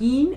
Kin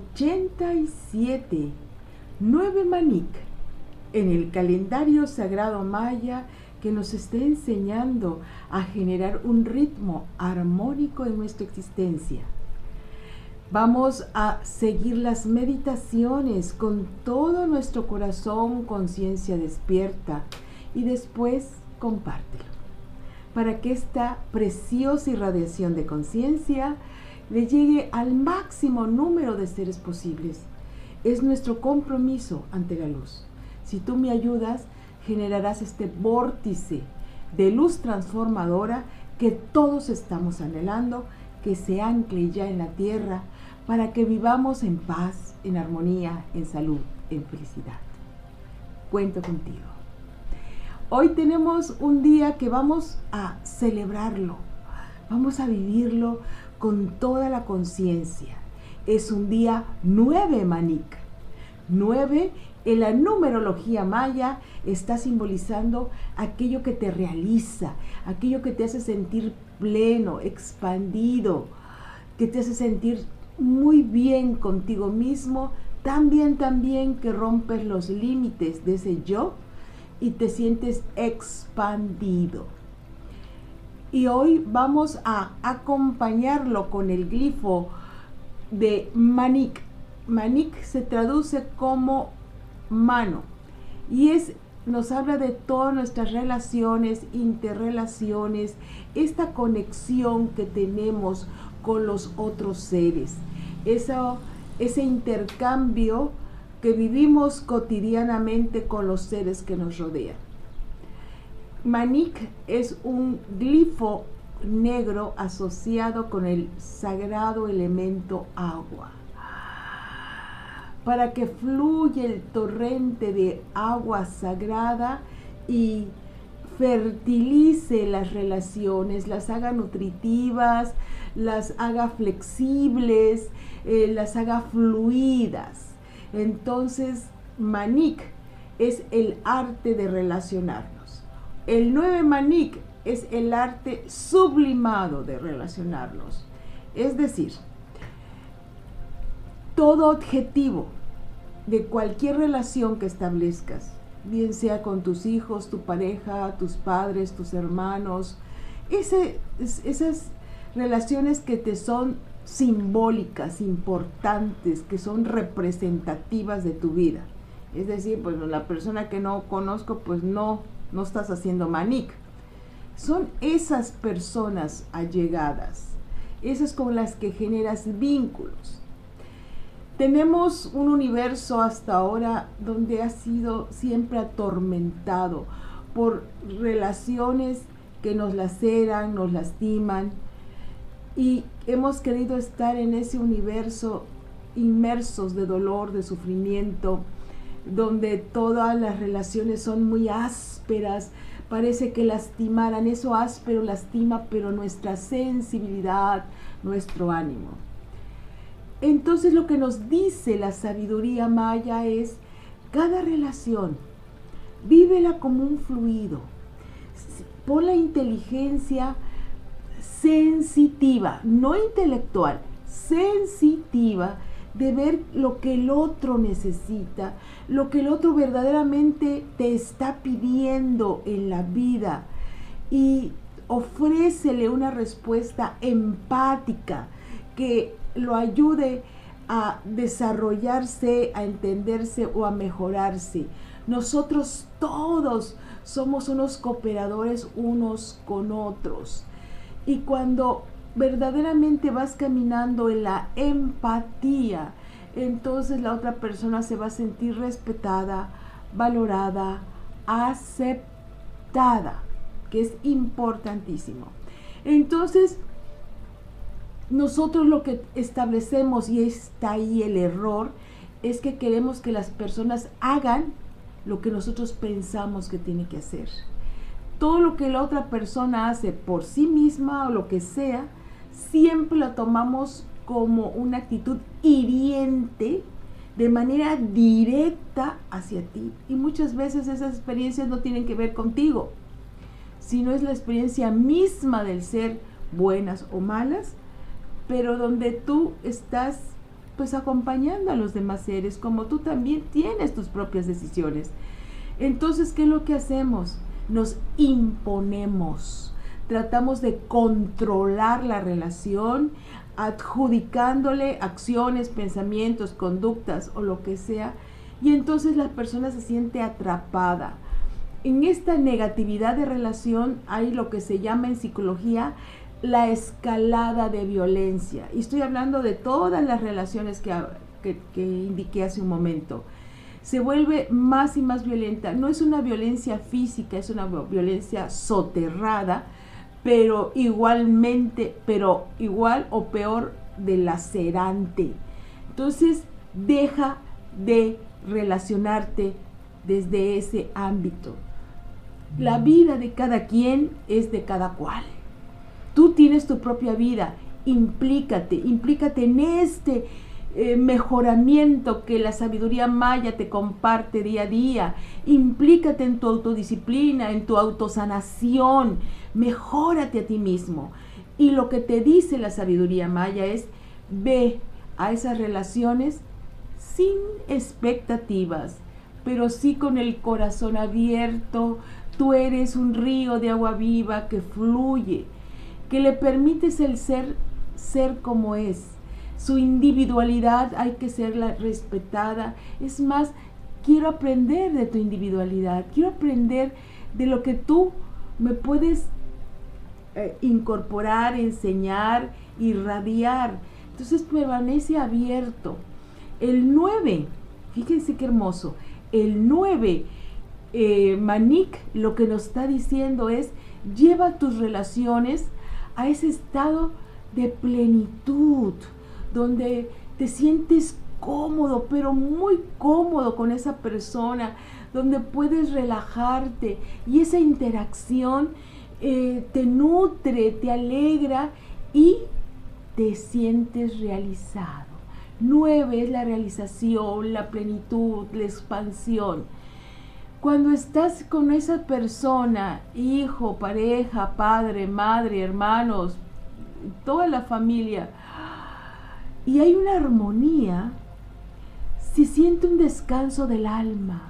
87, 9 Manik, en el calendario sagrado maya que nos está enseñando a generar un ritmo armónico en nuestra existencia. Vamos a seguir las meditaciones con todo nuestro corazón, conciencia despierta, y después compártelo para que esta preciosa irradiación de conciencia le llegue al máximo número de seres posibles. Es nuestro compromiso ante la luz. Si tú me ayudas, generarás este vórtice de luz transformadora que todos estamos anhelando, que se ancle ya en la tierra para que vivamos en paz, en armonía, en salud, en felicidad. Cuento contigo. Hoy tenemos un día que vamos a celebrarlo, vamos a vivirlo con toda la conciencia. Es un día 9 Manik. 9 en la numerología maya está simbolizando aquello que te realiza, aquello que te hace sentir pleno, expandido, que te hace sentir muy bien contigo mismo, tan bien que rompes los límites de ese yo y te sientes expandido. Y hoy vamos a acompañarlo con el glifo de Manik. Manik se traduce como mano y nos habla de todas nuestras relaciones, interrelaciones, esta conexión que tenemos con los otros seres, ese intercambio que vivimos cotidianamente con los seres que nos rodean. Manik es un glifo negro asociado con el sagrado elemento agua. Para que fluya el torrente de agua sagrada y fertilice las relaciones, las haga nutritivas, las haga flexibles, las haga fluidas. Entonces, Manik es el arte de relacionarnos. El 9 Manik es el arte sublimado de relacionarnos. Es decir, todo objetivo de cualquier relación que establezcas, bien sea con tus hijos, tu pareja, tus padres, tus hermanos, esas relaciones que te son simbólicas, importantes, que son representativas de tu vida. Es decir, pues la persona que no conozco, pues no estás haciendo Manik. Son esas personas allegadas, esas con las que generas vínculos. Tenemos un universo hasta ahora donde ha sido siempre atormentado por relaciones que nos laceran, nos lastiman, y hemos querido estar en ese universo inmersos de dolor, de sufrimiento, donde todas las relaciones son muy ásperas, parece que lastimaran. Eso áspero lastima, pero nuestra sensibilidad, nuestro ánimo. Entonces lo que nos dice la sabiduría maya es: cada relación, vívela como un fluido. Pon la inteligencia sensitiva, no intelectual, sensitiva, de ver lo que el otro necesita, lo que el otro verdaderamente te está pidiendo en la vida, y ofrécele una respuesta empática que lo ayude a desarrollarse, a entenderse o a mejorarse. Nosotros todos somos unos cooperadores unos con otros, y cuando verdaderamente vas caminando en la empatía, entonces la otra persona se va a sentir respetada, valorada, aceptada, que es importantísimo. Entonces, nosotros lo que establecemos, y está ahí el error, es que queremos que las personas hagan lo que nosotros pensamos que tiene que hacer. Todo lo que la otra persona hace por sí misma o lo que sea, siempre lo tomamos como una actitud hiriente, de manera directa hacia ti. Y muchas veces esas experiencias no tienen que ver contigo, sino es la experiencia misma del ser, buenas o malas, pero donde tú estás pues acompañando a los demás seres, como tú también tienes tus propias decisiones. Entonces, ¿qué es lo que hacemos? Nos imponemos, tratamos de controlar la relación, adjudicándole acciones, pensamientos, conductas o lo que sea, y entonces la persona se siente atrapada. En esta negatividad de relación hay lo que se llama en psicología la escalada de violencia. Y estoy hablando de todas las relaciones que indiqué hace un momento. Se vuelve más y más violenta. No es una violencia física, es una violencia soterrada, pero igual o peor de lacerante. Entonces, deja de relacionarte desde ese ámbito. La vida de cada quien es de cada cual. Tú tienes tu propia vida, implícate en este mejoramiento que la sabiduría maya te comparte día a día. Implícate en tu autodisciplina, en tu autosanación, mejórate a ti mismo. Y lo que te dice la sabiduría maya es: ve a esas relaciones sin expectativas, pero sí con el corazón abierto. Tú eres un río de agua viva que fluye, que le permites el ser como es. Su individualidad hay que serla respetada. Es más, quiero aprender de tu individualidad, quiero aprender de lo que tú me puedes incorporar, enseñar, irradiar. Entonces permanece abierto. El 9, fíjense qué hermoso, el 9, Manik, lo que nos está diciendo es: lleva tus relaciones a ese estado de plenitud, donde te sientes cómodo, pero muy cómodo con esa persona, donde puedes relajarte y esa interacción te nutre, te alegra y te sientes realizado. 9 es la realización, la plenitud, la expansión. Cuando estás con esa persona, hijo, pareja, padre, madre, hermanos, toda la familia, y hay una armonía, se siente un descanso del alma.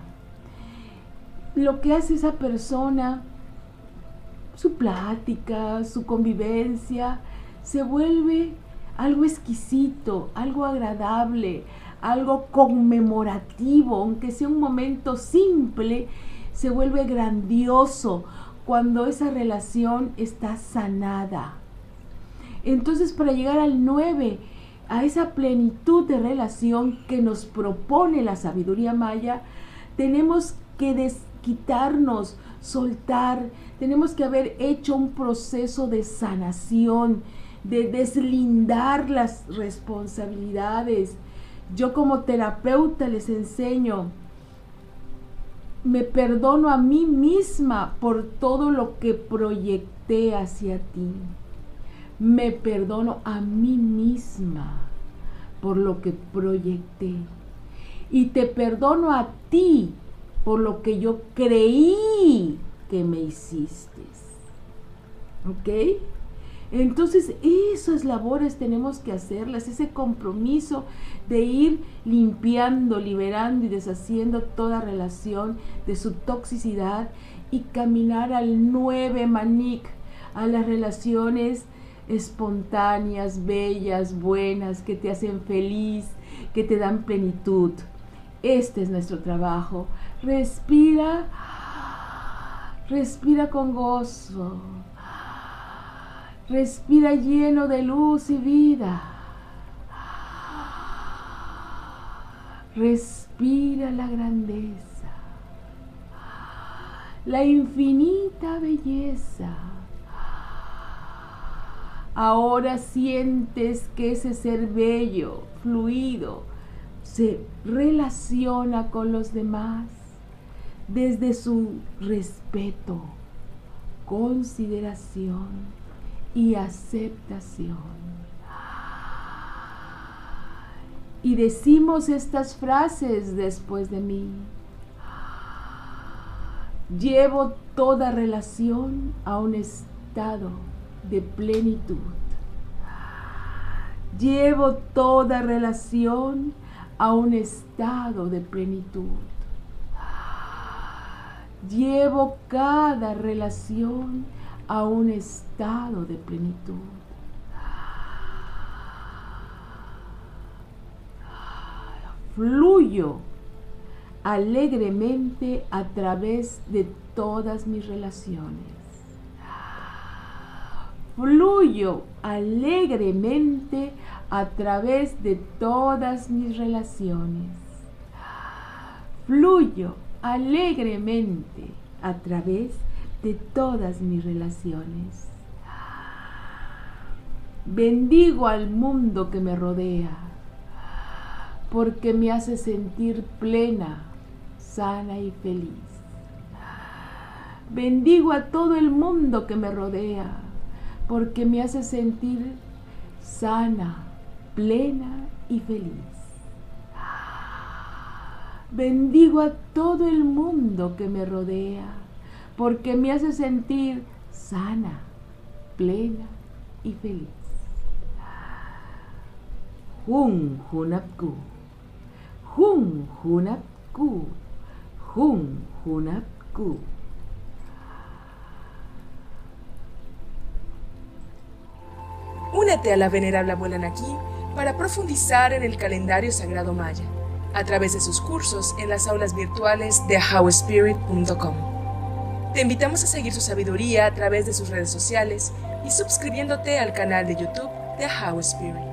Lo que hace esa persona, su plática, su convivencia, se vuelve algo exquisito, algo agradable, algo conmemorativo. Aunque sea un momento simple, se vuelve grandioso cuando esa relación está sanada. Entonces, para llegar al 9, a esa plenitud de relación que nos propone la sabiduría maya, tenemos que desquitarnos, soltar, tenemos que haber hecho un proceso de sanación, de deslindar las responsabilidades. Yo como terapeuta les enseño, me perdono a mí misma por todo lo que proyecté hacia ti. Me perdono a mí misma por lo que proyecté. Y te perdono a ti por lo que yo creí que me hiciste. ¿Ok? Entonces, esas labores tenemos que hacerlas, ese compromiso de ir limpiando, liberando y deshaciendo toda relación de su toxicidad y caminar al 9 Manik, a las relaciones espontáneas, bellas, buenas, que te hacen feliz, que te dan plenitud. Este es nuestro trabajo. Respira, respira con gozo. Respira lleno de luz y vida. Respira la grandeza, la infinita belleza. Ahora sientes que ese ser bello, fluido, se relaciona con los demás desde su respeto, consideración y aceptación. Y decimos estas frases después de mí: llevo toda relación a un estado de plenitud. Llevo toda relación a un estado de plenitud. Llevo cada relación a un estado de plenitud. Fluyo alegremente a través de todas mis relaciones. Fluyo alegremente a través de todas mis relaciones. Fluyo alegremente a través de todas mis relaciones. Bendigo al mundo que me rodea, porque me hace sentir plena, sana y feliz. Bendigo a todo el mundo que me rodea, porque me hace sentir sana, plena y feliz. Bendigo a todo el mundo que me rodea, porque me hace sentir sana, plena y feliz. Jun Hunapku, Jun Hunapku, Jun Hunapku. Únete a la venerable abuela Naki para profundizar en el calendario sagrado maya a través de sus cursos en las aulas virtuales de ahowspirit.com. Te invitamos a seguir su sabiduría a través de sus redes sociales y suscribiéndote al canal de YouTube de How Spirit.